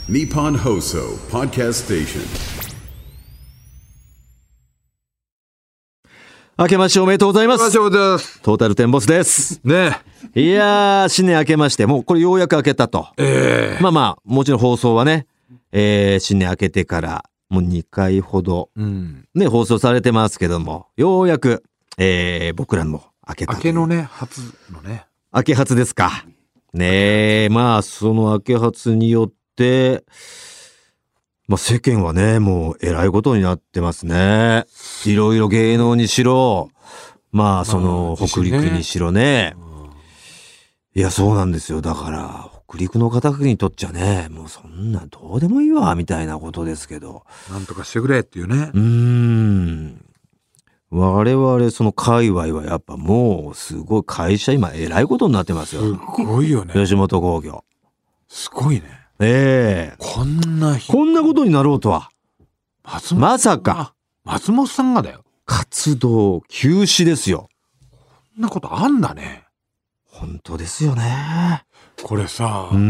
Nippon Hoso Podcast Station。 明けましておめでとうございます。 そうです。 トータルテンボスですねいやー、新年明けまして、もうこれようやく明けたと。まあもちろん放送はね、新年明けてからもう2回ほどね、放送されてますけども、ようやく、僕らも明けた。 明けのね、初のね。 明け初ですか。ねえ、まあその明け初によって、まあ世間はね、もう偉いことになってますね。いろいろ芸能にしろ、まあその北陸にしろね。いや、そうなんですよ。だから北陸の方にとっちゃね、もうそんなどうでもいいわみたいなことですけど、 なんとかしてくれっていうね。 我々その界隈はやっぱもうすごい会社今偉いことになってますよ。 すごいよね。 吉本興業。 すごいね。 こんなことになろうとは。まさか。 松本さんがだよ。 活動休止ですよ。 こんなことあんだね。 本当ですよね。 これさ、他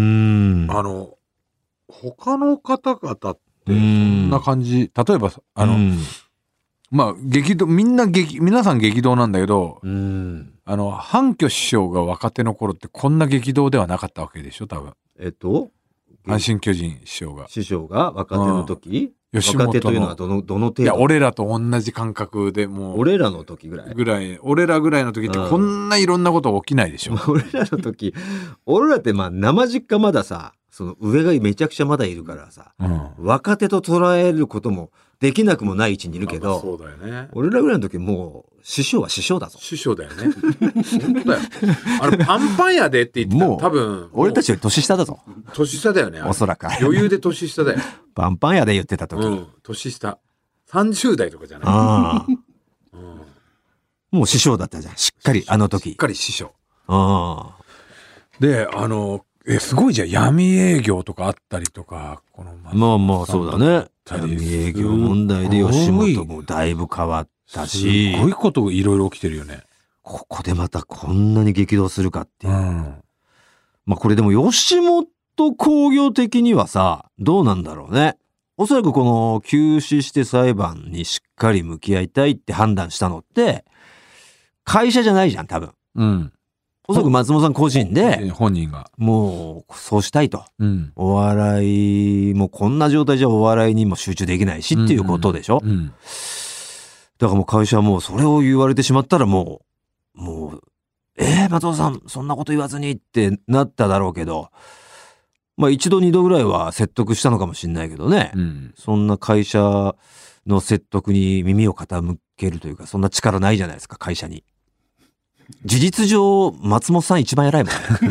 の方々ってそんな感じ。例えばまあ皆さん激動なんだけど、反響師匠が若手の頃ってこんな激動ではなかったわけでしょ、多分。阪神巨人師匠が若手の時、 吉本の若手というのはどの程度？ いや、俺らと同じ感覚でもう。 俺らの時ぐらい。 俺らぐらいの時ってこんないろんなこと起きないでしょ。 俺らの時、俺らってまあ生実家まださ、その上がめちゃくちゃまだいるからさ、若手と捉えることもできなくもない位置にいるけど、 そうだよね。 俺らぐらいの時もう師匠は師匠だぞ。 師匠だよね。本当だよ。パンパンやでって言ってたら多分俺たちより年下だぞ。 年下だよね。 おそらく余裕で年下だよ。 パンパンやで言ってた時、 年下30代とかじゃない。 もう師匠だったじゃん、しっかり。あの時しっかり師匠。ですごいじゃん。闇営業とかあったりとか、このまあそうだね。闇営業問題で吉本もだいぶ変わったし、 すごいこといろいろ起きてるよね。 ここでまたこんなに激動するかっていう。まあこれでも吉本興業的にはさ、どうなんだろうね。おそらくこの休止して裁判にしっかり向き合いたいって判断したのって会社じゃないじゃん、多分。おそらく松本さん個人で本人がもうそうしたいと、お笑いもこんな状態じゃお笑いにも集中できないしっていうことでしょ。だからもう会社はもうそれを言われてしまったらもう松本さんそんなこと言わずにってなっただろうけど、まあ一度二度ぐらいは説得したのかもしれないけどね、そんな会社の説得に耳を傾けるというか、そんな力ないじゃないですか、会社に。事実上松本さん一番偉いもん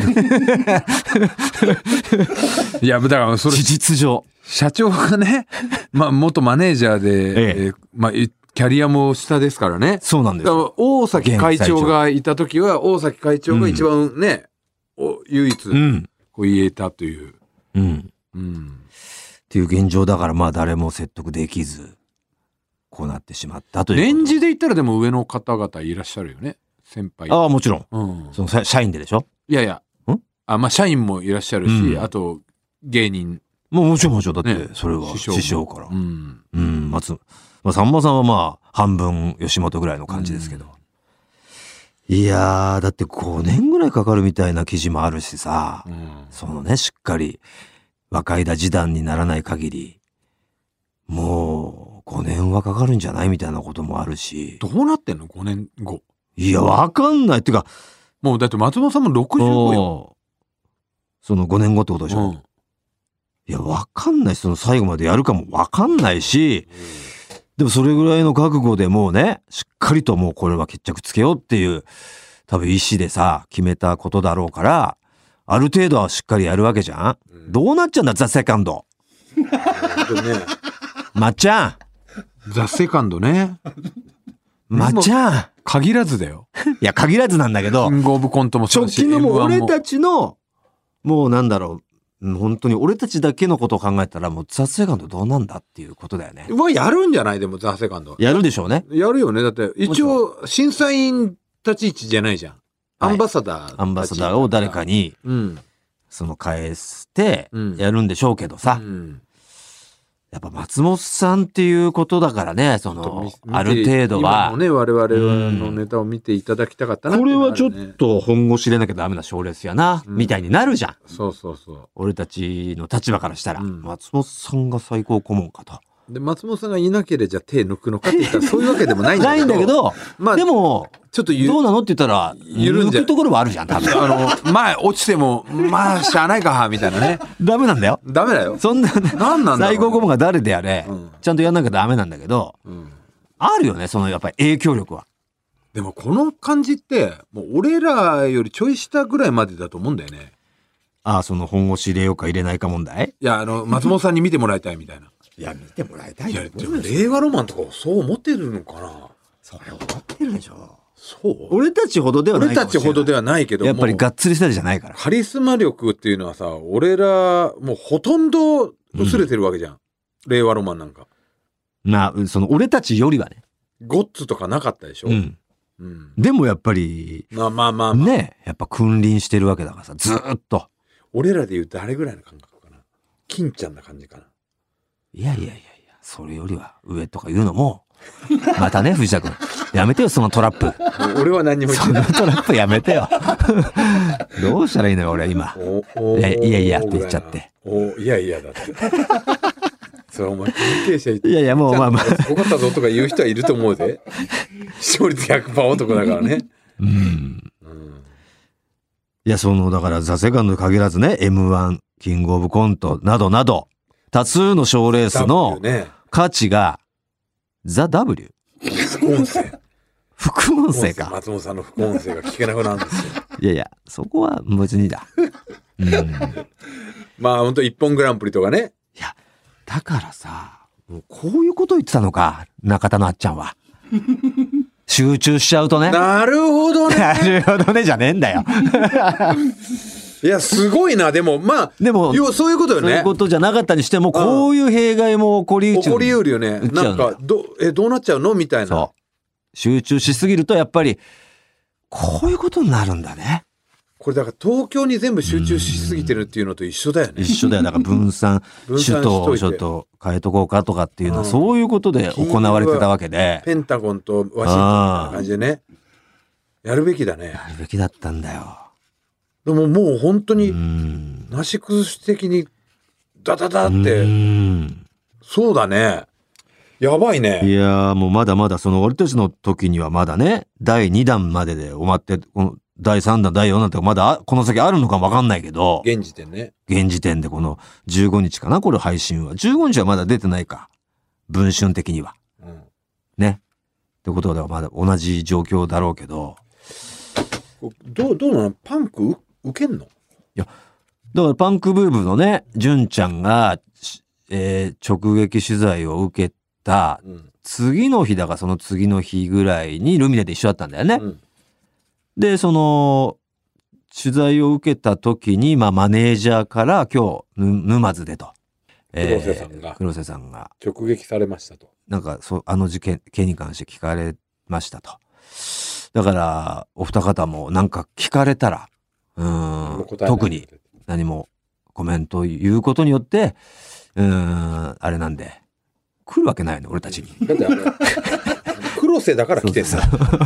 いやだからそれ事実上社長がね、まあ元マネージャーで、まあキャリアも下ですからね。 そうなんですよ。 大崎会長がいた時は大崎会長が一番ね、唯一こう言えたという、 っていう現状だから、まあ誰も説得できずこうなってしまったという。 レンジで言ったらでも上の方々いらっしゃるよね、先輩。 ああもちろん、その社員でしょ。 いやまあ社員もいらっしゃるし、あと芸人もちろんだってそれは師匠から、さんまさんはまあ半分吉本ぐらいの感じですけど、いやーだって5年ぐらいかかるみたいな記事もあるしさ、そのねしっかり若いだ示談にならない限りもう5年はかかるんじゃないみたいなこともあるし。 どうなってんの5年後。 いやわかんないっていうか、 もうだって松本さんも65よ。 その5年後ってことでしょ。いやわかんない。その最後までやるかもわかんないし、でもそれぐらいの覚悟でもうねしっかりともうこれは決着つけようっていう多分意思でさ決めたことだろうから、ある程度はしっかりやるわけじゃん、どうなっちゃうんだザ・セカンドまっちゃんザ・セカンドね。 まっちゃん限らずだよ。 いや限らずなんだけど、 キングオブコントもそうだし、 直近のもう俺たちのもうなんだろう、本当に俺たちだけのことを考えたらもうザ・セカンドどうなんだっていうことだよね。 やるんじゃない？でもザ・セカンドやるでしょうね。 やるよね。だって一応審査員立ち位置じゃないじゃん。アンバサダーを誰かにその返してやるんでしょうけどさ、やっぱ松本さんっていうことだからね、そのある程度は今のね我々のネタを見ていただきたかったなってこれいうのはあるね。 はちょっと本腰入れなきゃダメな賞レースやな、みたいになるじゃん。 そうそうそ俺たちの立場からしたら、松本さんが最高顧問かと。 う。で松本さんがいなければじゃあ手抜くのかって言ったらそういうわけでもないんだけど。 ないんだけど、 まあでもちょっとどうなのって言ったら緩んじゃう抜くところはあるじゃん多分。 まあ落ちてもまあしゃあないかみたいなね。 ダメなんだよ。 ダメだよ。 そんななんなんだろうね最高顧問が誰であれ、ちゃんとやんなきゃダメなんだけど、あるよねそのやっぱり影響力は。 でもこの感じってもう俺らよりちょい下ぐらいまでだと思うんだよね。 ああ、その本腰入れようか入れないか問題。 いや松本さんに見てもらいたいみたいな。 いや見てもらいたいいよ。 やでも令和ロマンとかそう思ってるのかな。 それ思ってるでしょ。 そう俺たちほどではない俺かもしれない。 たちほどではないけどやっぱりもうがっつり世代じゃないから。 カリスマ力っていうのはさ俺らもうほとんど薄れてるわけじゃん、令和ロマンなんか。 まあその俺たちよりはね。 ゴッツとかなかったでしょ、 でもやっぱりまあね、やっぱ君臨してるわけだからさ、ずーっと。 俺らで言う誰ぐらいの感覚かな。金ちゃんな感じかな。 いや、それよりは上とか言うのも、またね、藤田君。やめてよ、そのトラップ。 俺は何にも言ってそない。 のトラップやめてよ。どうしたらいいのよ、俺今。いやって言っちゃって。 いやだって。それお前関係者いやもうまあすごかったぞとか言う人はいると思うで。視聴率 100% 男だからね。 いや、その、だから、ザ・セカンドに限らずね、M1、キングオブコントなどなど、多数の賞レースの価値が、ザ・ W？ 副音声。 副音声か。 松本さんの副音声が聞けなくなるんですよ。 いや、そこは別にだ。 まあ、ほんと一本グランプリとかね。 いや、だからさ、もうこういうこと言ってたのか、中田のあっちゃんは。集中しちゃうとね。 なるほどね。 なるほどねじゃねえんだよ。 いや、すごいな。でも、まあ、 でもそういうことよね。 そういうことじゃなかったにしても、こういう弊害も起こり起こりうるよね。なんか、どうなっちゃうのみたいな。 そう。集中しすぎると、やっぱり、こういうことになるんだね。 これだから東京に全部集中しすぎてるっていうのと一緒だよね。 一緒だよ。だから分散首都をちょっと変えとこうかとかっていうのは、そういうことで行われてたわけで。 ペンタゴンとワシントンみたいな感じでね。やるべきだね。 やるべきだったんだよ。 でももう本当になし崩し的にダダダってそうだね。やばいね。 いやもうまだまだその俺たちの時にはまだね第2弾までで終わって、この第3弾第4弾ってまだこの先あるのかも分かんないけど、 現時点ね。 現時点でこの15日かな、これ配信は15日はまだ出てないか、文春的には、ねってことではまだ同じ状況だろうけど、 どうなのパンク受けんの？いやだからパンクブーブのね純ちゃんが、直撃取材を受けた次の日だかその次の日ぐらいにルミネで一緒だったんだよね。でその取材を受けた時に、マネージャーから今日沼津でと、黒瀬さんが直撃されましたと、 なんかあの事件に関して聞かれましたと。だからお二方もなんか聞かれたら特に何もコメントを言うことによってあれなんで来るわけないの俺たちに。だってあれ黒瀬だから来てんだ。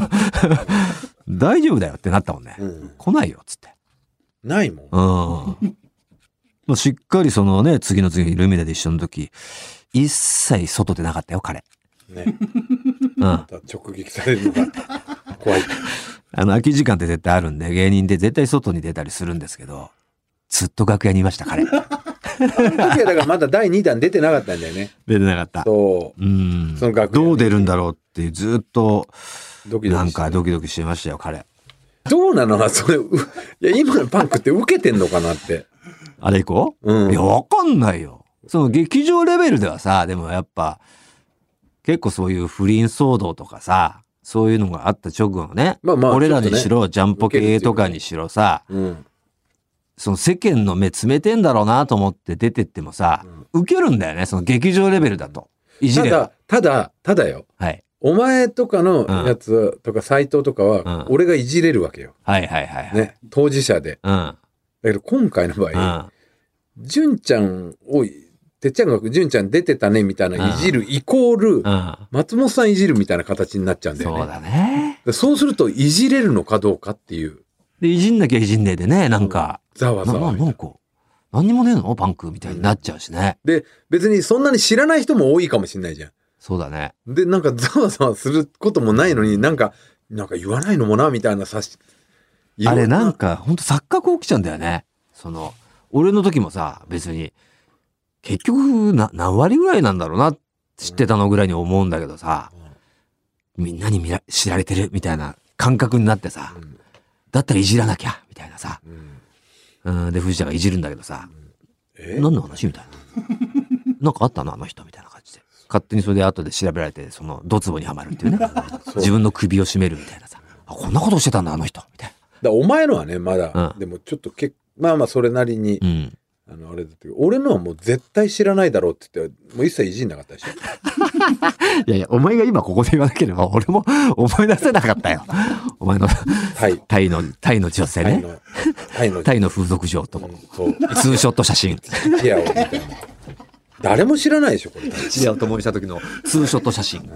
大丈夫だよってなったもんね、来ないよっつって。 ないもん。 しっかりそのね次の次ルミネで一緒の時一切外出なかったよ彼ね。 直撃されるのが怖い。 空き時間って絶対あるんで、芸人で絶対外に出たりするんですけど、ずっと楽屋にいました彼。 だからまだ第2弾出てなかったんだよね。 出てなかった。 その楽屋どう出るんだろうっていうずっとなんかドキドキしてましたよ彼。 どうなのそれ。いや今のパンクって受けてんのかなって。 あれ以降？いやわかんないよ。その劇場レベルではさ、でもやっぱ結構そういう不倫騒動とかさ、そういうのがあった直後のね、俺らにしろ、ジャンポ系とかにしろさ、その世間の目詰めてんだろうなと思って出てってもさ、受けるんだよね、その劇場レベルだと。いじれば。 ただよ。はい。お前とかのやつとか斎藤とかは、俺がいじれるわけよ。 はいはいはい。 ね、当事者で。 けど今回の場合、純ちゃんを、てっちゃんが純ちゃん出てたねみたいないじるイコール、松本さんいじるみたいな形になっちゃうんだよね。 そうだね。 そうするといじれるのかどうかっていう。 で、いじんなきゃいじんねえでね、なんか。 ざわざわ。 なんか、何にもねえのパンクみたいになっちゃうしね。 で、別にそんなに知らない人も多いかもしれないじゃん。 そうだね。 で、なんかざわざわすることもないのに、なんか言わないのもな、みたいなあれなんか、ほんと錯覚起きちゃうんだよね。俺の時もさ、別に、結局何割ぐらいなんだろうな、知ってたのぐらいに思うんだけどさ、みんなに知られてるみたいな感覚になってさ、だったらいじらなきゃ、みたいなさ。で、藤田がいじるんだけどさ、何の話みたいな。なんかあったのあの人みたいな感じで。勝手にそれで後で調べられて、ドツボにはまるっていうね。自分の首を絞めるみたいなさ。こんなことしてたんだ、あの人、みたいな。お前のはね、まだ、でもちょっとまあそれなりに、あれだって俺のはもう絶対知らないだろうって言って、もう一切いじんなかったでしょ。 いやいや、お前が今ここで言わなければ俺も思い出せなかったよ。お前のタイの女性ね。タイの風俗嬢と、ツーショット写真。 いや、みたいな。誰も知らないでしょ、これ。 一夜を共にした時のツーショット写真。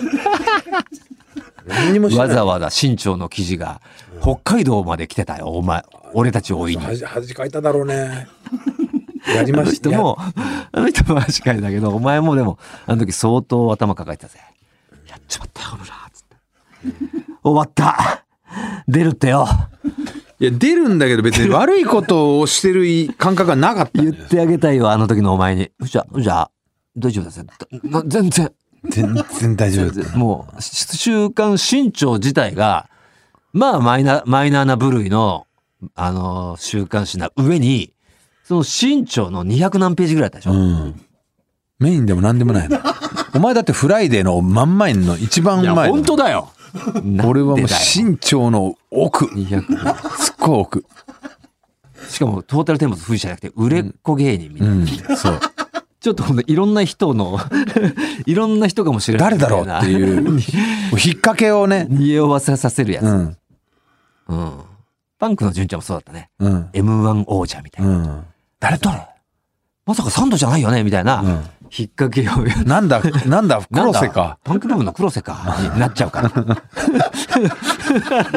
何にも知らない。 わざわざ新潮の記事が北海道まで来てたよ、お前。俺たちを追いに。 恥かいただろうね。やりました。 あの人も恥かいたけど、お前もでも、あの時相当頭抱えてたぜ。やっちまったよ、俺ら。つって。終わった。出るってよ。 いや、出るんだけど別に悪いことをしてる感覚がなかった。 言ってあげたいよ、あの時のお前に。じゃあ、大丈夫ですよ。全然大丈夫。もう、週刊新潮自体が、まあマイナーな部類の、週刊誌な上に、その新潮の200何ページぐらいだったでしょ。 メインでも何でもないの。お前だってフライデーの真ん前の一番前の。 いや、本当だよ。 俺はもう新潮の奥。すっごい奥。 しかもトータルテンボス富士じゃなくて売れっ子芸人みたいな。そう。ちょっといろんな人いろんな人かもしれない。 誰だろうっていう、引っ掛けをね。 匂わせさせるやつ。パンクの純ちゃんもそうだったね。M1 王者みたいな。誰まさかサンドじゃないよねみたいな。引っ掛けを。 なんだ、黒瀬か。 パンク部分の黒瀬か。になっちゃうから。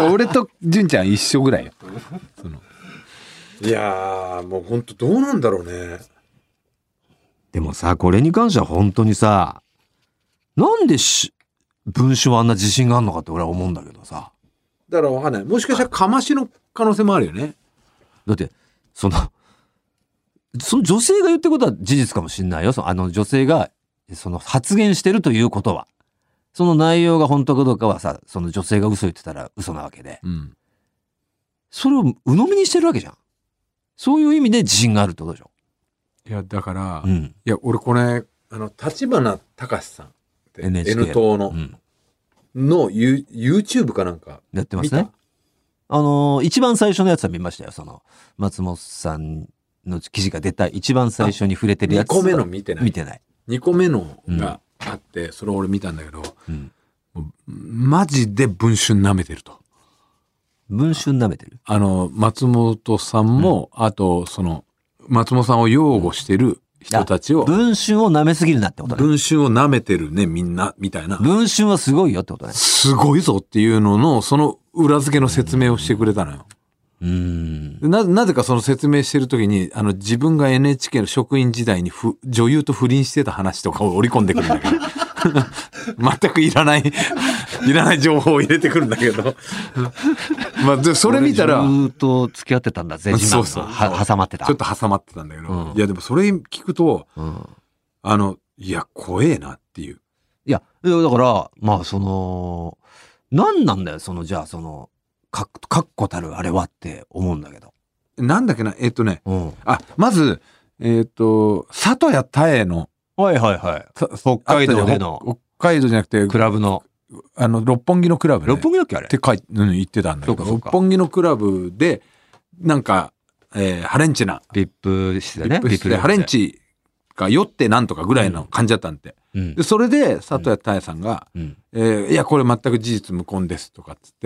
俺と純ちゃん一緒ぐらいよ。いやー、もう本当どうなんだろうね。 でもさ、これに関しては本当にさ、なんで文章あんな自信があるのかって俺は思うんだけどさ。 だからわかんない。もしかしたらかましの可能性もあるよね。 だって、その女性が言ってることは事実かもしれないよ。女性が発言してるということは。その内容が本当かどうかはさ、その女性が嘘言ってたら嘘なわけで。それを鵜呑みにしてるわけじゃん。そういう意味で自信があるってことでしょ。 いや、だから、いや、俺これ、立花隆さんって、NHK N 党の、YouTube かなんか。 やってますね。一番最初のやつは見ましたよ。松本さんの記事が出た一番最初に触れてるやつ。 2個目の見てない。 見てない。 2個目のがあって、それを俺見たんだけど、マジで文春舐めてると。 文春舐めてる？ 松本さんも、あと、松本さんを擁護してる人たちを。 文春を舐めすぎるなってことね。 文春を舐めてるね、みんな、みたいな。 文春はすごいよってことね。 すごいぞっていうのの、その裏付けの説明をしてくれたのよ。なぜかその説明してるときに、自分が NHK の職員時代に女優と不倫してた話とかを織り込んでくるんだけど。全くいらない情報を入れてくるんだけど。まあ、それ見たら。 ずっと付き合ってたんだぜ、 そう挟まってた。 ちょっと挟まってたんだけど。いや、でもそれ聞くと、いや、怖えなっていう。 いや、だから、まあ、何なんだよ、じゃあ、確固たるあれはって思うんだけど。 なんだっけな、まず、里谷多江の、 はいはいはい。北海道での。 北海道じゃなくて、 クラブの。 六本木のクラブ、ね。 六本木だっけあれって言ってたんだけど。六本木のクラブで、なんか、ハレンチな。 ビップ室でね。 ビップ室で、ハレンチが酔ってなんとかぐらいの感じだったんで。で、それで、里谷多江さんが、いや、これ全く事実無根ですとかっつって、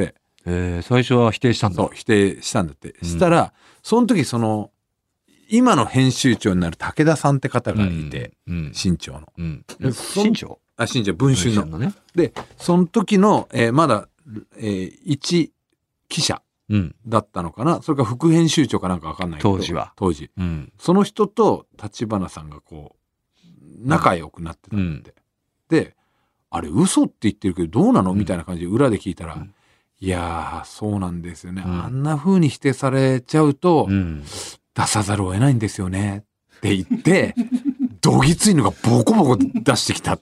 最初は否定したんだ。 そう、否定したんだって。したら、その時今の編集長になる武田さんって方がいて、新潮の。 新潮？ 新潮、文春の。ね、で、その時の、まだ、一記者だったのかな、それから副編集長かなんかわかんないけど。当時。その人と立花さんがこう、仲良くなってたんで。で、あれ嘘って言ってるけどどうなのみたいな感じで裏で聞いたら、いやー、そうなんですよね。あんな風に否定されちゃうと、出さざるを得ないんですよねって言って、どぎついのがボコボコ出してきたって、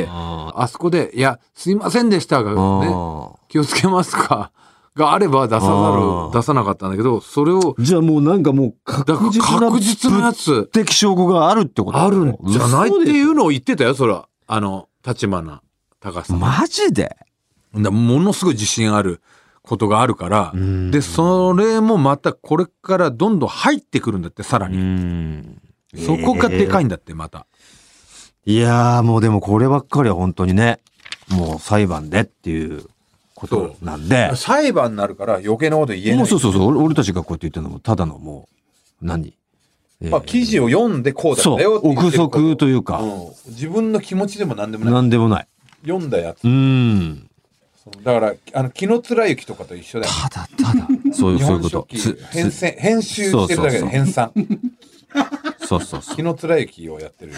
あそこで、いや、すいませんでしたがね、気をつけますかがあれば出さなかったんだけど、それを。 じゃあもうなんかもう確実なやつ。物的証拠があるってことあるんじゃないっていうのを言ってたよ、それは。立花隆さん。 マジで？ ものすごい自信あることがあるから、で、それもまたこれからどんどん入ってくるんだって、さらに。そこがでかいんだって、また。 いやー、もうでもこればっかりは本当にね、もう裁判でっていうことなんで。 裁判になるから余計なこと言えない。 もうそう、俺たちがこうやって言ってるのも、ただのもう、 記事を読んでこうだったよって言ってること。 憶測というか、 自分の気持ちでも何でもない。 何でもない。 読んだやつ。だから紀野貫之とかと一緒だよ。 ただそういうこと。 編集してるだけで編纂。 そう。 紀野貫之をやってる。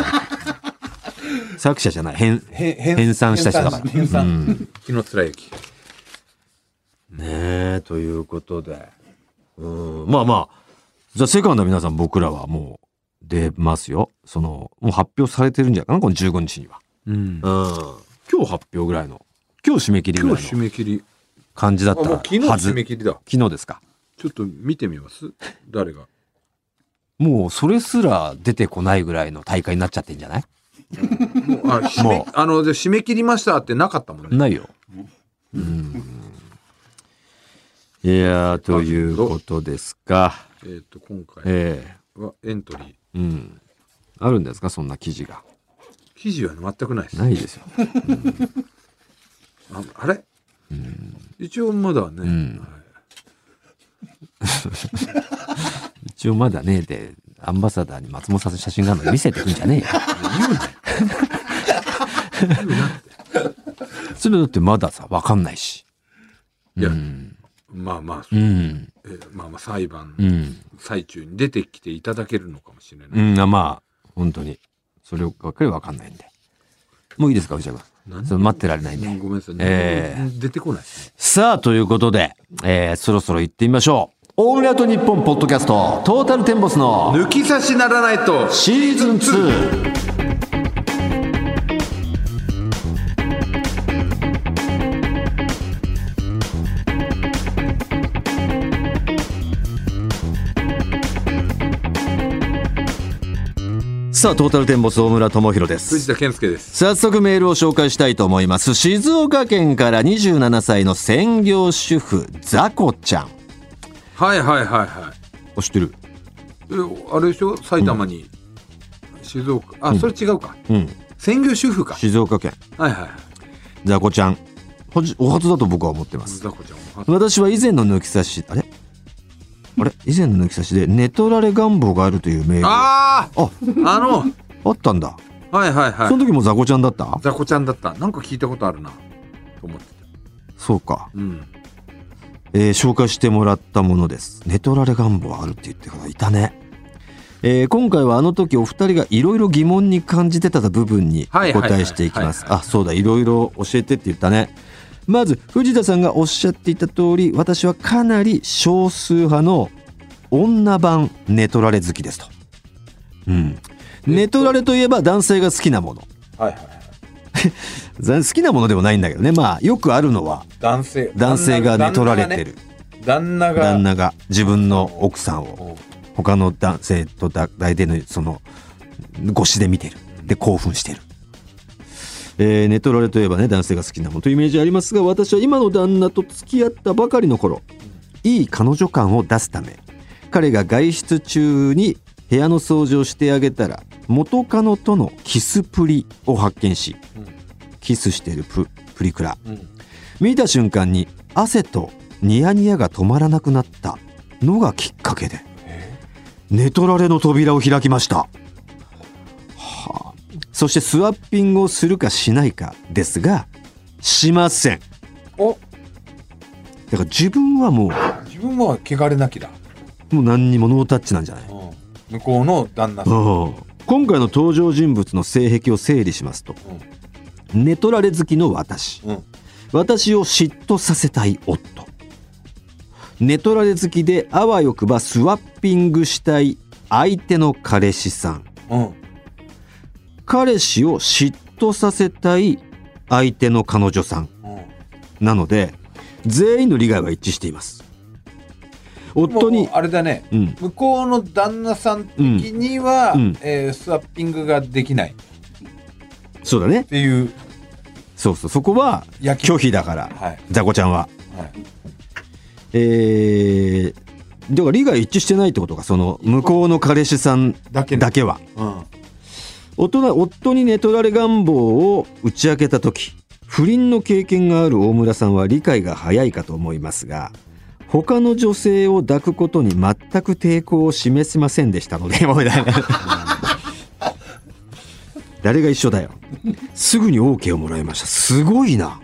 作者じゃない。編纂した人だから。 紀野貫之。 ねえ、ということで。まあ。じゃあセカンドは皆さん僕らはもう出ますよ。もう発表されてるんじゃないかな、この15日には。今日発表ぐらいの。今日締め切りぐらいの感じだったはず。 昨日締め切りだ。 昨日ですか。 ちょっと見てみます？誰が。 もうそれすら出てこないぐらいの大会になっちゃってんじゃない？ もう締め切りましたってなかったもんね。 ないよ。いやー、ということですか。 今回はエントリー。 あるんですか、そんな記事が。 記事は全くないです。 ないですよ。 あれ？一応まだね。 一応まだねで、アンバサダーに松本さんの写真があるの見せてくんじゃねえよ。言うなって。それだってまださ、わかんないし。 いや、まあ裁判最中に出てきていただけるのかもしれない。 まあ本当にそればっかりわかんないんで。もういいですか、内田君。待ってられないんで。 ごめんなさい。出てこないですね。 さあ、ということで、そろそろ行ってみましょう。オールナイトニッポンポッドキャストトータルテンボスの抜き差しならないとシーズン2。さあ、トータルテンボス大村智弘です。 藤田健介です。 早速メールを紹介したいと思います。静岡県から27歳の専業主婦ザコちゃん。 はい。 知ってる？ あれでしょ、埼玉に、静岡。それ違うか。専業主婦か。 静岡県。 はい。 ザコちゃん。お初だと僕は思ってます。 ザコちゃん私は以前の抜き差し、以前の抜き差しで寝取られ願望があるというメール。あったんだ。 はい。 その時もザコちゃんだった？ ザコちゃんだった。なんか聞いたことあるなと思ってた。 そうか。紹介してもらったものです。寝取られ願望あるって言ってる方いたね。今回はあの時お二人がいろいろ疑問に感じてた部分にお答えしていきます。そうだ、いろいろ教えてって言ったね。まず藤田さんがおっしゃっていた通り、私はかなり少数派の女版寝取られ好きですと。寝取られといえば男性が好きなもの。好きなものでもないんだけどね。まあよくあるのは男性が寝取られてる。旦那が自分の奥さんを他の男性と大体のその越しで見てる。で興奮してる。寝取られといえばね、男性が好きなものというイメージありますが、私は今の旦那と付き合ったばかりの頃、いい彼女感を出すため、彼が外出中に部屋の掃除をしてあげたら、元カノとのキスプリを発見し、キスしているプリクラ、見た瞬間に汗とニヤニヤが止まらなくなったのがきっかけで寝取られの扉を開きました。そしてスワッピングをするかしないかですが、しません。 お、 だから自分は汚れなきだ。 もう何にもノータッチなんじゃない、 向こうの旦那さん。 今回の登場人物の性癖を整理しますと、寝取られ好きの私、私を嫉妬させたい夫、寝取られ好きであわよくばスワッピングしたい相手の彼氏さん、彼氏を嫉妬させたい相手の彼女さん、なので全員の利害は一致しています。夫にあれだね、向こうの旦那さん的には、スワッピングができない。 そうだねっていう。 そこは拒否だから、ザコちゃんは、だから利害一致してないってことか、その向こうの彼氏さんだけは、夫に寝取られ願望を打ち明けた時、不倫の経験がある大村さんは理解が早いかと思いますが、他の女性を抱くことに全く抵抗を示せませんでしたので誰が一緒だよ。すぐに OK をもらいました。すごいな。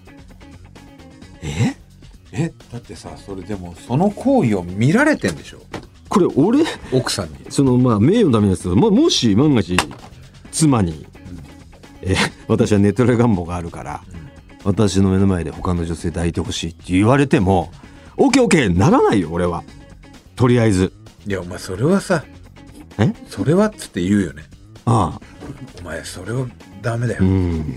だってさ、それでもその行為を見られてんでしょ。 これ俺奥さんに名誉のためですけど、もし万が一妻に、私は寝取られ願望があるから、私の目の前で他の女性抱いてほしいって言われても OKOK ならないよ俺は。とりあえず。 いやお前それはさ、それはっつって言うよね。お前それはダメだよ。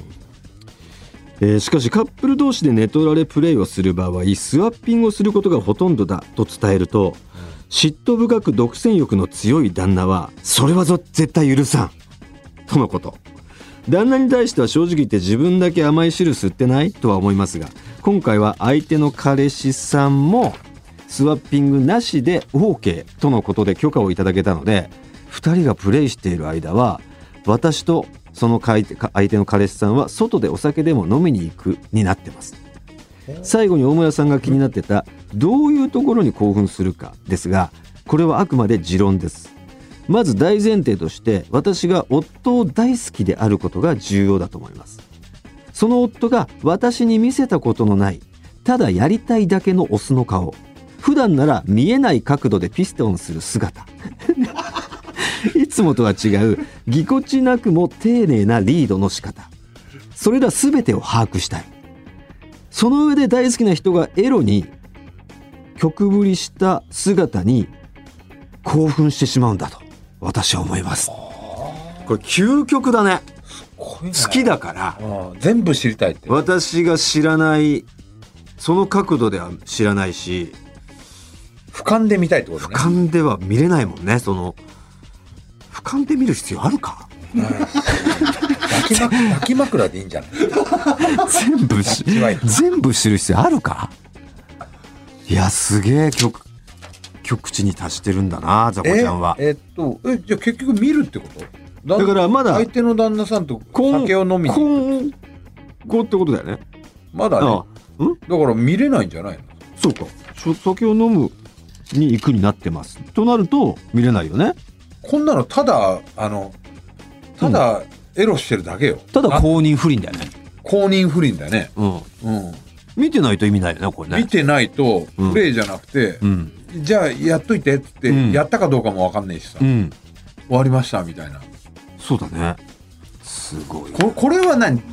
しかしカップル同士で寝取られプレイをする場合、スワッピングをすることがほとんどだと伝えると、嫉妬深く独占欲の強い旦那はそれは絶対許さんとのこと。旦那に対しては正直言って自分だけ甘い汁吸ってないとは思いますが、今回は相手の彼氏さんもスワッピングなしで OK とのことで許可をいただけたので、2人がプレイしている間は私とその相手の彼氏さんは外でお酒でも飲みに行くになってます。最後に大村さんが気になってたどういうところに興奮するかですが、これはあくまで持論です。まず大前提として私が夫を大好きであることが重要だと思います。その夫が私に見せたことのない、ただやりたいだけのオスの顔、普段なら見えない角度でピストンする姿いつもとは違うぎこちなくも丁寧なリードの仕方、それら全てを把握したい。その上で大好きな人がエロに曲振りした姿に興奮してしまうんだと私は思います。これ究極だね。好きだから全部知りたいって。 私が知らないその角度では知らないし、 俯瞰で見たいってことね。 俯瞰では見れないもんね。その俯瞰で見る必要あるか。 抱き枕でいいんじゃない全部知る必要あるか。いやすげえ極地に達してるんだなザコちゃんは。 じゃあ結局見るってこと？ だからまだ相手の旦那さんと酒を飲みに行く今後ってことだよね。 まだね。だから見れないんじゃないの？ そうか。酒を飲むに行くになってますとなると見れないよね。 こんなのただエロしてるだけよ。 ただ公認不倫だよね。 公認不倫だよね。 見てないと意味ないよねこれね。 見てないとプレイじゃなくて、じゃあやっといてってやったかどうかも分かんないしさ、終わりましたみたいな。 そうだね。すごい。 これは何？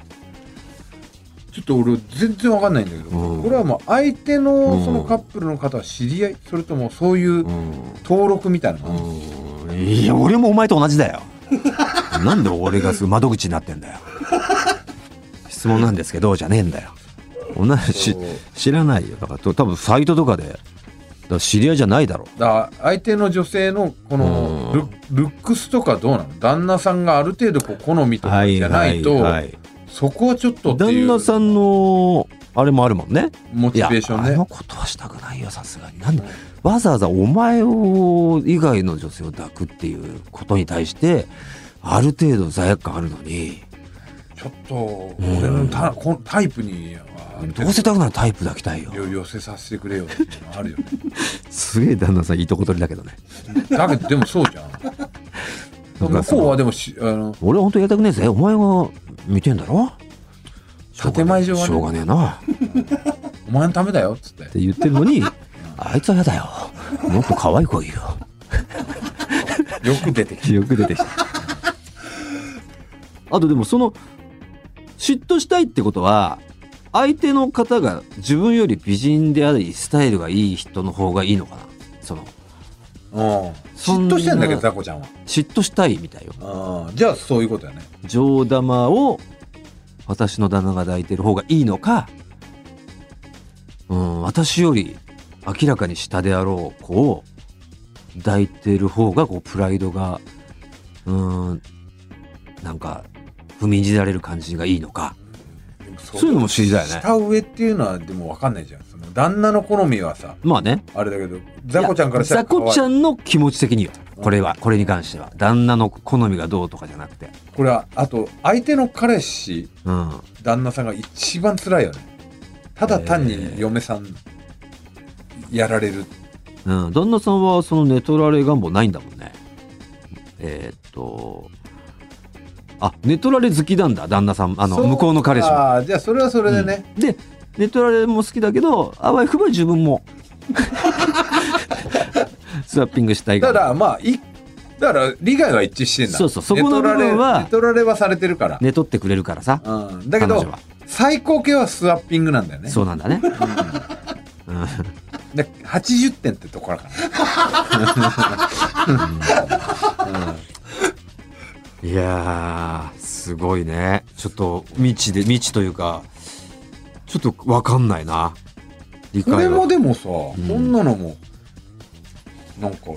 ちょっと俺全然分かんないんだけど、これはもう相手のそのカップルの方は知り合い、それともそういう登録みたいなの？ いや俺もお前と同じだよなんで俺が窓口になってんだよ質問なんですけどじゃねえんだよ。同じ知らないよ。だから多分サイトとかで知り合いじゃないだろう。 だから相手の女性のこのルックスとかどうなの？旦那さんがある程度好みとかじゃないと、そこはちょっとっていう。 旦那さんのあれもあるもんね。 モチベーションね。 あのことはしたくないよさすがに。なんでわざわざお前を以外の女性を抱くっていうことに対してある程度罪悪感あるのに、 ちょっと俺のタイプにはどうせたくならタイプ抱きたいよ。 寄せさせてくれよっていうのあるよね。 すげえ旦那さんいいとこ取りだけどね。 だけどでもそうじゃん。向こうはでも俺は本当やりたくねえぜ。お前が見てんだろ。 建前上はねしょうがねえな。 お前のためだよっつってって言ってるのにあいつはやだよ。もっと可愛い子いるよ。 よく出てきた。 よく出てきた。あとでもその嫉妬したいってことは相手の方が自分より美人でありスタイルがいい人の方がいいのかな。その嫉妬してんだけどザコちゃんは嫉妬したいみたいよ。 じゃあそういうことやね。 上玉を私の旦那が抱いてる方がいいのか、私より明らかに下であろう子を抱いてる方がこうプライドがなんか踏みにじられる感じがいいのか、そういうのも知りたいね。 下上っていうのはでも分かんないじゃん。その旦那の好みはさ、 まあね、 あれだけどザコちゃんからしたらザコちゃんの気持ち的によ、これに関しては旦那の好みがどうとかじゃなくて、 これはあと相手の彼氏、旦那さんが一番辛いよね。ただ単に嫁さんやられる、 旦那さんはその寝取られ願望ないんだもんね。寝取られ好きなんだ旦那さん、向こうの彼氏も。 じゃあそれはそれでね、 で寝取られも好きだけどあわよくば自分もスワッピングしたいから。 だから利害は一致してんだ。 そうそこの部分は寝取られはされてるから寝取ってくれるからさ、 だけど最高系はスワッピングなんだよね。 そうなんだね。 で80点ってところからいやーすごいね。ちょっと未知というかちょっと分かんないな理解は。 これもでもさ、こんなのもなんか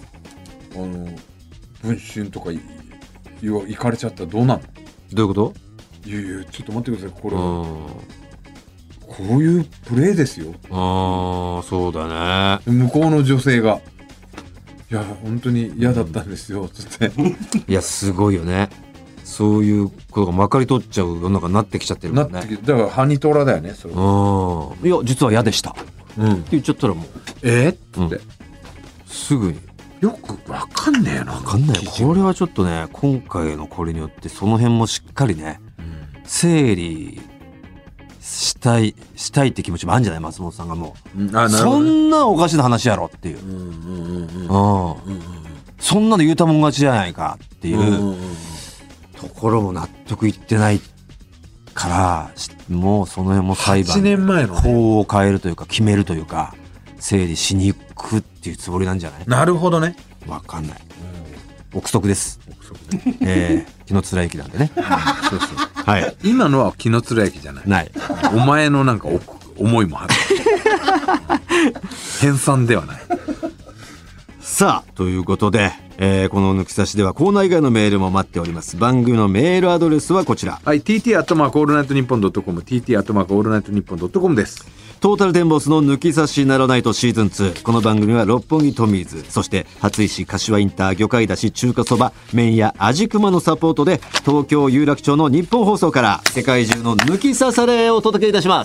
文春とか行かれちゃったらどうなの？ どういうこと？ いやちょっと待ってください。これこういうプレーですよ。 そうだね。 向こうの女性がいや本当に嫌だったんですよつっていやすごいよね。そういうことがまかり通っちゃう世の中になってきちゃってるもんね。 だからハニトラだよねそれ。 いや実は嫌でした、って言っちゃったらもうってすぐによく分かんねえな。 分かんないよ。これはちょっとね今回のこれによってその辺もしっかりね、整理したいって気持ちもあるんじゃない松本さんがもう、そんなおかしな話やろっていう、そんなの言うたもん勝ちじゃないかっていうところも納得いってないからもうその辺も裁判で法を変えるというか決めるというか整理しに行くっていうつもりなんじゃない？ なるほどね。 分かんない、憶測です。紀の貫之なんでね。そうはい。 今のは紀の貫之じゃない。お前のなんか思いもある。編纂ではない。 さあということで、この抜き差しではコーナー以外のメールも待っております。番組のメールアドレスはこちら。 はい。tt@allnightnippon.com tt@allnightnippon.com です。 トータルテンボスの抜き差しならないとシーズン2。この番組は六本木トミーズ、そして初石柏インター魚介だし中華そば麺屋味熊のサポートで東京有楽町の日本放送から世界中の抜き差されをお届けいたします。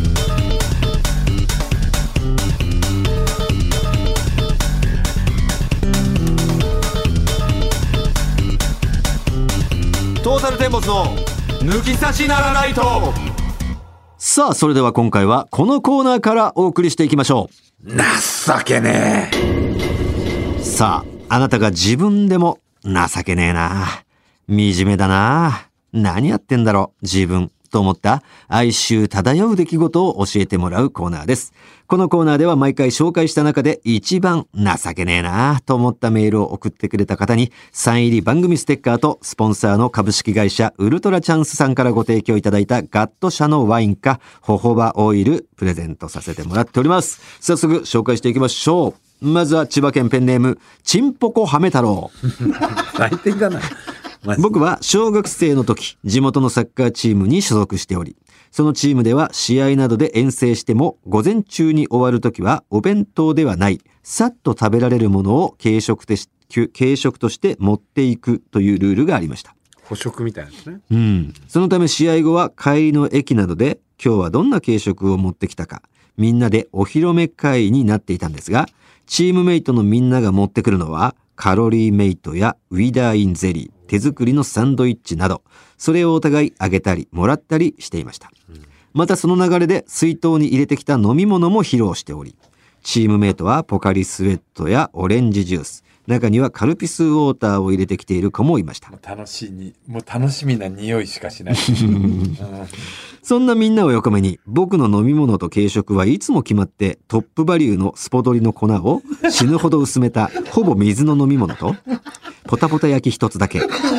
トータルテンボスの抜き差しならないと。さあそれでは今回はこのコーナーからお送りしていきましょう。 情けねえ。さああなたが自分でも情けねえな、惨めだな、何やってんだろう自分と思った哀愁漂う出来事を教えてもらうコーナーです。このコーナーでは毎回紹介した中で一番情けねえなと思ったメールを送ってくれた方にサイン入り番組ステッカーとスポンサーの株式会社ウルトラチャンスさんからご提供いただいたガット社のワインかホホバオイルプレゼントさせてもらっております。早速紹介していきましょう。まずは千葉県ペンネームちんぽこはめ太郎。 最低だな。 僕は小学生の時地元のサッカーチームに所属しており、そのチームでは試合などで遠征しても午前中に終わる時はお弁当ではないさっと食べられるものを軽食として持っていくというルールがありました。 捕食みたいなですね。 そのため試合後は帰りの駅などで今日はどんな軽食を持ってきたか、みんなでお披露目会になっていたんですが、チームメイトのみんなが持ってくるのは、カロリーメイトやウィダーインゼリー、手作りのサンドイッチなど、それをお互いあげたりもらったりしていました。またその流れで水筒に入れてきた飲み物も披露しており、チームメイトはポカリスエットやオレンジジュース、中にはカルピスウォーターを入れてきている子もいました。 もう楽しみな匂いしかしない。 そんなみんなを横目に、僕の飲み物と軽食はいつも決まってトップバリューのスポドリの粉を死ぬほど薄めたほぼ水の飲み物とポタポタ焼き一つだけ。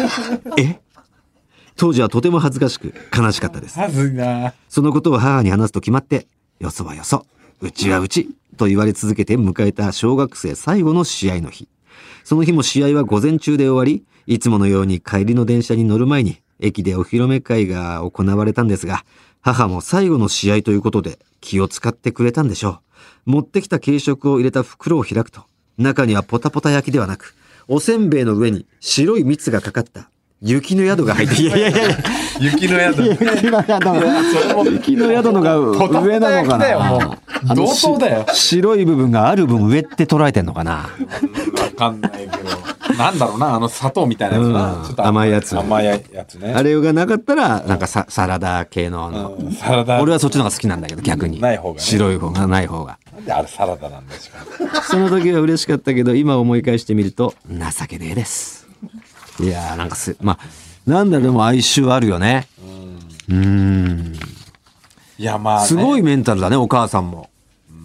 当時はとても恥ずかしく悲しかったです。 はずいな。 そのことを母に話すと決まって、よそはよそ、うちはうちと言われ続けて迎えた小学生最後の試合の日。その日も試合は午前中で終わり、いつものように帰りの電車に乗る前に駅でお披露目会が行われたんですが、母も最後の試合ということで気を使ってくれたんでしょう。持ってきた軽食を入れた袋を開くと、中にはポタポタ焼きではなく、おせんべいの上に白い蜜がかかった雪の宿が入って、 雪の宿。 雪の宿のが上なのかな。 同等だよ。 白い部分がある分上って捉えてんのかな。 わかんないけど、なんだろうな、砂糖みたいなやつな、ちょっと甘いやつ。 甘いやつね。 あれがなかったらなんかサラダ系のサラダ。 俺はそっちの方が好きなんだけど、逆にない方が、ね、 白い方がない方が。 なんであれサラダなんですか。 その時は嬉しかったけど、今思い返してみると情けねえです。いやー、なんかなんだ、でも哀愁あるよね。 いや、まあ、ね、 すごいメンタルだね、お母さんも。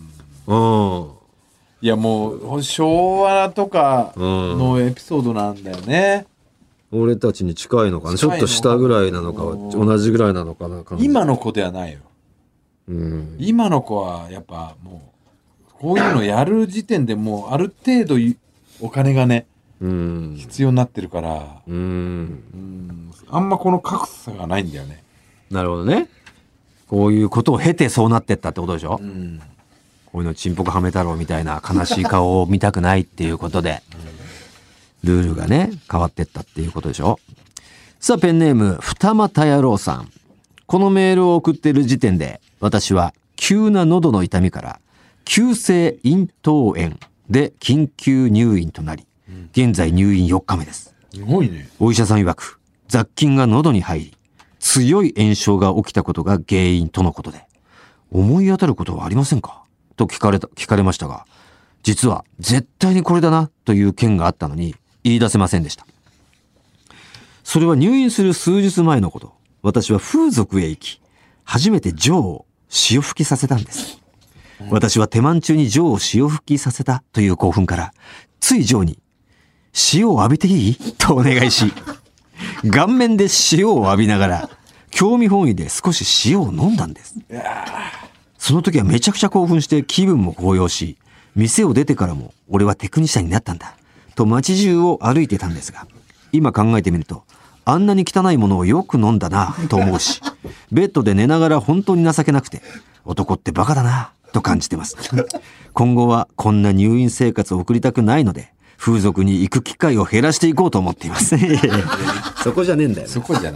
いや、もう昭和とかのエピソードなんだよね。 俺たちに近いのかな、ちょっと下ぐらいなのか、同じぐらいなのかな。 今の子ではないよ。今の子はやっぱもうこういうのやる時点でもうある程度お金がね、必要になってるから、あんまこの格差がないんだよね。 なるほどね。こういうことを経てそうなってったってことでしょ。こういうのちんぽこはめ太郎みたいな悲しい顔を見たくないっていうことで、ルールがね変わってったっていうことでしょ。さあ、ペンネーム二俣野郎さん。このメールを送っている時点で、私は急な喉の痛みから急性咽頭炎で緊急入院となり、現在入院4日目です。 すごいね。 お医者さん曰く、雑菌が喉に入り、強い炎症が起きたことが原因とのことで、思い当たることはありませんかと聞かれましたが、実は絶対にこれだなという件があったのに言い出せませんでした。それは入院する数日前のこと。私は風俗へ行き、初めてジョーを潮吹きさせたんです。私は手満中にジョーを潮吹きさせたという興奮から、ついジョーに塩を浴びていいとお願いし、顔面で塩を浴びながら興味本位で少し塩を飲んだんです。その時はめちゃくちゃ興奮して気分も高揚し、店を出てからも俺はテクニシャンになったんだと街中を歩いてたんですが、今考えてみるとあんなに汚いものをよく飲んだなと思うし、ベッドで寝ながら本当に情けなくて、男ってバカだなと感じてます。今後はこんな入院生活を送りたくないので、風俗に行く機会を減らしていこうと思っています。そこじゃねえんだよ、ね。 そこじゃない。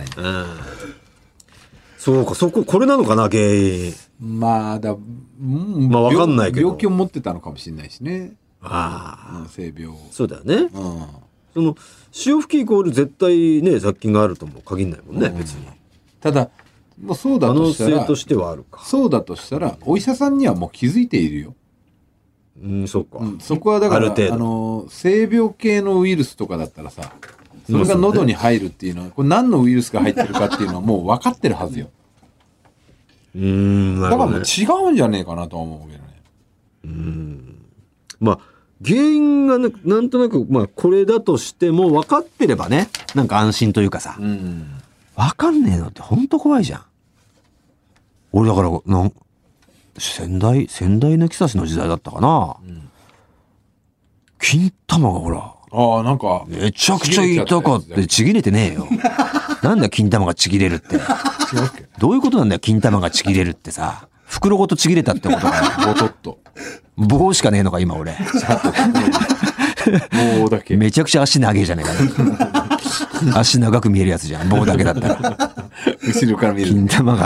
そうか、これなのかな、原因。 まあわかんないけど。 病気を持ってたのかもしれないしね。性病。 そうだよね。その潮吹きイコール絶対ね雑菌があるとも限んないもんね、別に。 ただもうそうだとしたら、 可能性としてはあるか。 そうだとしたらお医者さんにはもう気づいているよ。 そうか。 そこはだから性病系のウイルスとかだったらさ、それが喉に入るっていうのは、これ何のウイルスが入ってるかっていうのはもう分かってるはずよ。だからもう違うんじゃねえかなと思うけどね。 まあ原因がなんとなくこれだとしても分かってればね、なんか安心というかさ、分かんねえのって本当怖いじゃん。俺だから仙台抜き差しの時代だったかな、金玉がほらなんかめちゃくちゃ痛かってちぎれてねえよ。なんだよ金玉がちぎれるって。どういうことなんだよ金玉がちぎれるってさ。袋ごとちぎれたってことかよ。 ボトッと棒しかねえのか今俺。 棒だけ。 めちゃくちゃ足長えじゃねえかよ。足長く見えるやつじゃん、棒だけだったら。 後ろから見る。 金玉が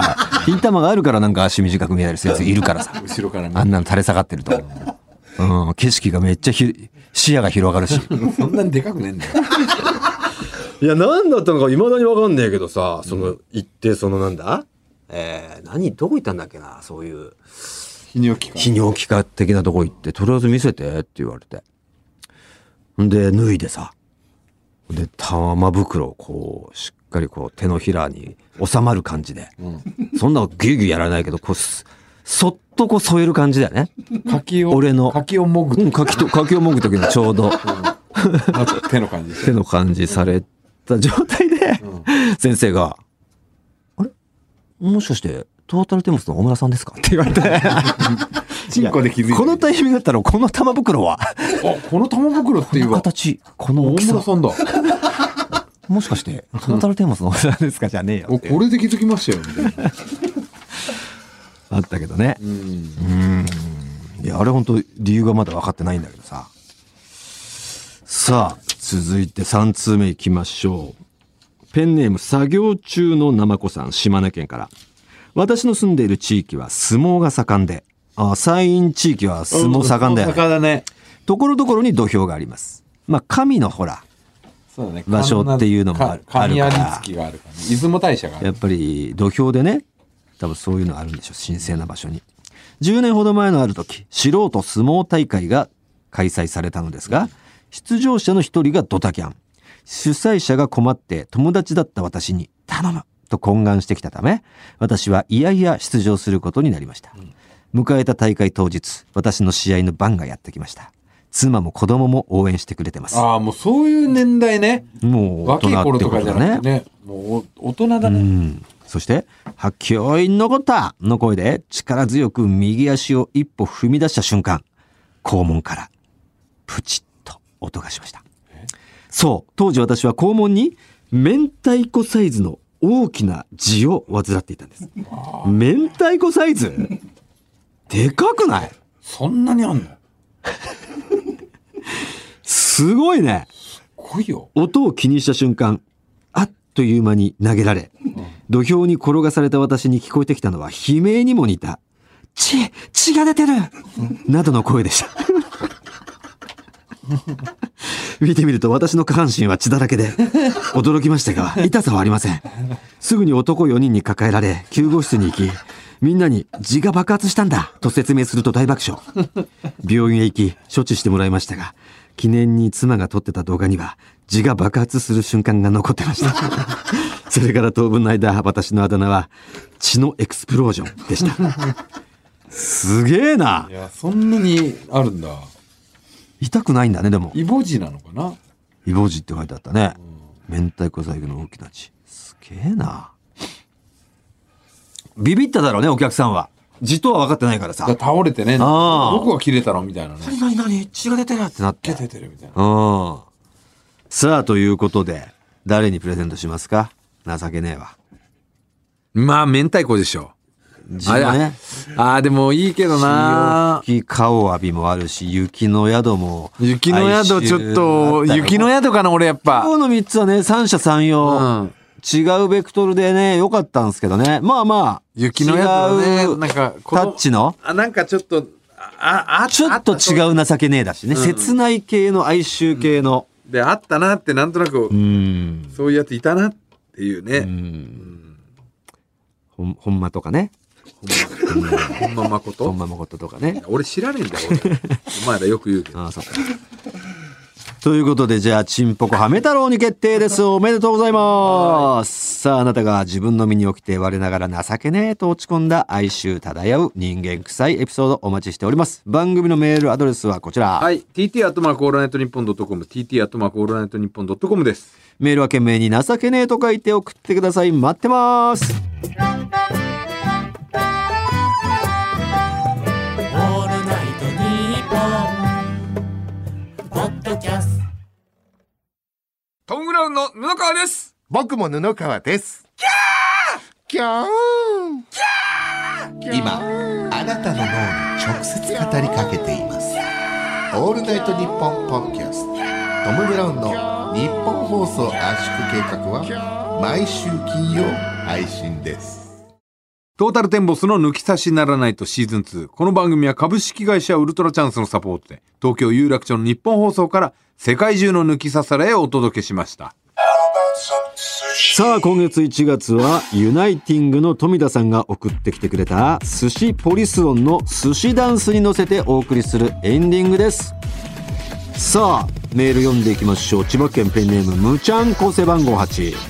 金玉があるからなんか足短く見えたりするやついるからさ。 後ろからあんなの垂れ下がってると。うん、景色がめっちゃ視野が広がるし。 そんなにでかくねえんだよ。 いや、何だったのか未だに分かんねえけどさ、行ってなんだどこ行ったんだっけな、そういう。 泌尿器科。 泌尿器科的なとこ行って、とりあえず見せてって言われて。んで、脱いでさ。で、玉袋をこう、しっかりこう、手のひらに収まる感じで。そんなのギュギュやらないけど、こう、そっとこう添える感じだよね。 柿をもぐ。 柿をもぐときにちょうど。 手の感じ。 手の感じされた状態で、先生が、あれもしかして、トータルテンボスの大村さんですかって言われて。 チンコで気づいて。 このタイミングだったら、この玉袋は。 この玉袋っていうこの形、この大きさ。 大村さんだ。 もしかして、トータルテンボスの大村さんですかじゃねえよ。 これで気づきましたよ、みたいな。 あったけどね。いや、あれ本当理由がまだ分かってないんだけどさ。さあ、続いて3通目いきましょう。ペンネーム作業中のなまこさん、島根県から。私の住んでいる地域は相撲が盛んで、山陰地域は相撲盛んだよね。 盛んだね。 ところどころに土俵があります。まあ、神のほら、 そうだね、 場所っていうのもあるから。 神有月があるから、ね、出雲大社がある。 やっぱり土俵でね、多分そういうのあるんでしょう、神聖な場所に。10年ほど前のある時、素人相撲大会が開催されたのですが、出場者の一人がドタキャン。主催者が困って友達だった私に頼むと懇願してきたため、私はいやいや出場することになりました。迎えた大会当日、私の試合の番がやってきました。妻も子供も応援してくれてます。 ああ、もうそういう年代ね。 もう大人ってことだね。 ね、もう大人だね。 そして「はっきょい残った!」の声で力強く右足を一歩踏み出した瞬間、肛門からプチッと音がしました。そう、当時私は肛門に明太子サイズの大きな痔を患っていたんです。明太子サイズでかくない？ そんなにあんの？ すごいね。 すごいよ。 音を気にした瞬間、あっという間に投げられ、土俵に転がされた私に聞こえてきたのは悲鳴にも似た血が出てるなどの声でした見てみると私の下半身は血だらけで驚きましたが痛さはありません。すぐに男4人に抱えられ救護室に行き、みんなに痔が爆発したんだと説明すると大爆笑。病院へ行き処置してもらいましたが、記念に妻が撮ってた動画には痔が爆発する瞬間が残ってましたそれから当分の間、私のあだ名は血のエクスプロージョンでしたすげえな。 いや、そんなにあるんだ。 痛くないんだね。でもイボ痔なのかな。 イボ痔って書いてあったね。明太子細工の大きな痔。すげえな。ビビっただろうね、お客さんは。痔とは分かってないからさ。 倒れてね、どこが切れたのみたいなね。 何血が出てるってなって。 出てるみたいな。 さあ、ということで誰にプレゼントしますか？情けねえわ。 まあ明太子でしょ。 ね、 でもいいけどな。 雪顔浴びもあるし、雪の宿も。 雪の宿ちょっと、雪の宿かな俺やっぱ。 今日の3つはね、三者三様。違うベクトルでね、良かったんですけどね。まあまあ。 雪の宿ね、なんか、 タッチのなんかちょっと、 ちょっと違う情けねえだしね。切ない系の哀愁系の。 で、あったなってなんとなく、そういうやついたなっていうね。 ほんまとかね。 ほんままことほんままこととかね。 俺知らねえんだよ、俺。お前らよく言うけど。 そうか。ということで、じゃあチンポコハメ太郎に決定です。おめでとうございます。さあ、あなたが自分の身に起きて我ながら情けねえと落ち込んだ哀愁漂う人間臭いエピソードお待ちしております。番組のメールアドレスはこちら。 はい、TT アットマークオールナイトニッポンドットコム、TT アットマークオールナイトニッポンドットコムです。 メールは懸命に情けねえと書いて送ってください。待ってます。 トム・ブラウンの布川です。 僕も布川です。キャーキャー。今あなたの脳に直接語りかけています。オールナイトニッポンポッドキャスト、トム・ブラウンの日本放送圧縮計画は毎週金曜配信です。 トータルテンボスの抜き差しならないとシーズン2。この番組は株式会社ウルトラチャンスのサポートで、東京有楽町の日本放送から世界中の抜き差されをお届けしました。 さあ、今月1月はユナイティングの富田さんが送ってきてくれた寿司ポリス音の寿司ダンスに乗せてお送りするエンディングです。さあ、メール読んでいきましょう。千葉県ペンネームむちゃんこ背番号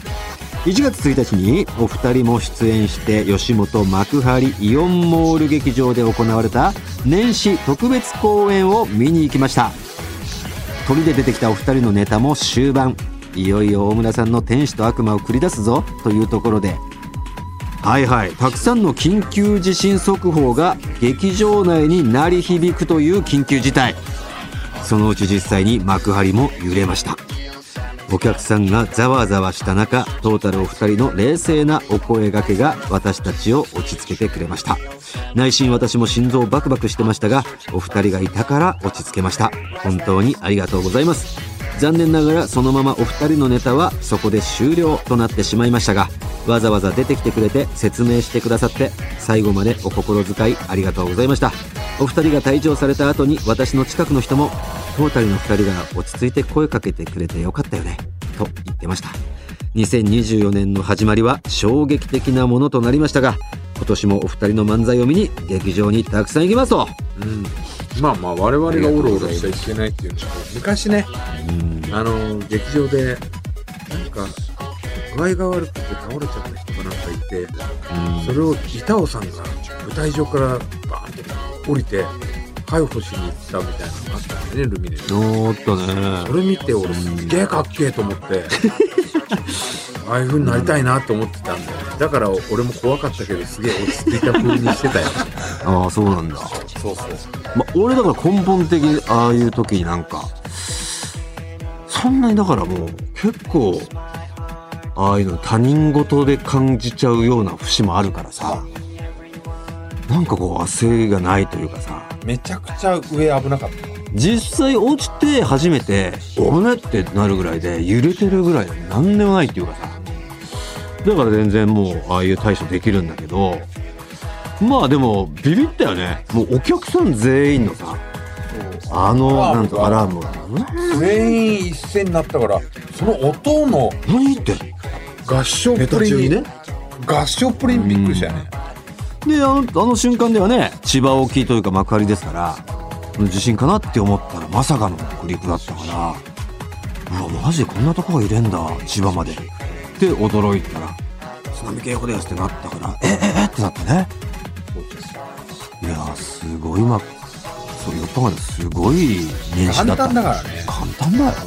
8。1月1日にお二人も出演して吉本幕張イオンモール劇場で行われた年始特別公演を見に行きました。鳥で出てきたお二人のネタも終盤、いよいよ大村さんの天使と悪魔を繰り出すぞというところで、たくさんの緊急地震速報が劇場内に鳴り響くという緊急事態。そのうち実際に幕張も揺れました。お客さんがざわざわした中、トータルお二人の冷静なお声掛けが私たちを落ち着けてくれました。内心私も心臓バクバクしてましたが、お二人がいたから落ち着けました。本当にありがとうございます。残念ながらそのままお二人のネタはそこで終了となってしまいましたが、わざわざ出てきてくれて説明してくださって最後までお心遣いありがとうございました。お二人が退場された後に私の近くの人も、トータルの二人が落ち着いて声かけてくれてよかったよねと言ってました。2024年の始まりは衝撃的なものとなりましたが、今年もお二人の漫才を見に劇場にたくさん行きますと。 まあ我々がオロオロしちゃいけないっていうのは昔ね、劇場でなんか具合が悪くて倒れちゃった人がなんかいて、それを板尾さんが舞台上からバーンって降りて介抱しに行ったみたいなのがあったんだよね、ルミネで。それ見て俺すげえかっけえと思ってああいう風になりたいなと思ってたんだよね。だから俺も怖かったけどすげえ落ち着いた風にしてたよ。 ああ、そうなんだ。 そう。 俺だから根本的にああいう時になんかそんなに、だからもう結構ああいうの他人事で感じちゃうような節もあるからさ、なんかこう焦りがないというかさ。 めちゃくちゃ上危なかった。 実際落ちて初めて危ねってなるぐらいで、揺れてるぐらいで何でもないっていうかさ、だから全然もうああいう対処できるんだけど、まあでもビビったよね。もうお客さん全員のさ、なんとアラームが全員一斉になったから、その音の何って合唱プリン合唱プリンピックしたよね。 で、あの瞬間ではね、千葉沖というか幕張ですから、地震かなって思ったらまさかの北陸だったから、うわマジでこんなとこが入れんだ千葉までって驚いたら、津波警報ですってなったから、ってなったね。いやすごい、そう言ったからすごい年始だった。 簡単だからね。 簡単だよ。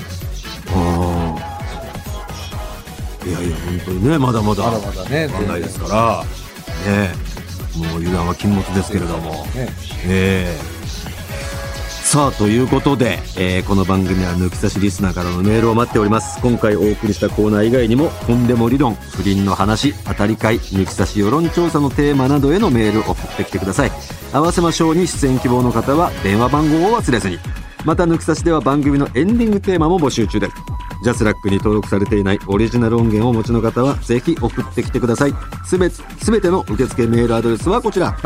いや本当にね、まだまだね、 問題ですからね、もう油断は禁物ですけれどもさあ、ということで、この番組は抜き差しリスナーからのメールを待っております。今回お送りしたコーナー以外にも、とんでも理論、不倫の話、当たり会、抜き差し世論調査のテーマなどへのメールを送ってきてください。合わせましょうに出演希望の方は電話番号を忘れずに。また抜き差しでは番組のエンディングテーマも募集中です。ジャスラックに登録されていないオリジナル音源をお持ちの方はぜひ送ってきてください。すべての受付メールアドレスはこちら。 はい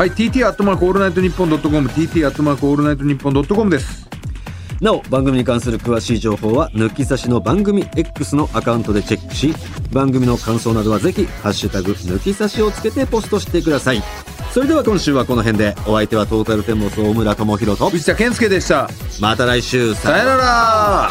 、tt@allnightnippon.com、tt@allnightnippon.com です。 なお、番組に関する詳しい情報は抜き差しの番組 X のアカウントでチェックし、番組の感想などはぜひハッシュタグ抜き差しをつけてポストしてください。それでは今週はこの辺で。お相手はトータルテンボス大村智広と藤田健介でした。 また来週、 さよなら。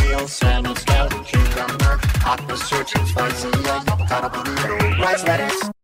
Searching spicy, avocado burrito, rice lettuce.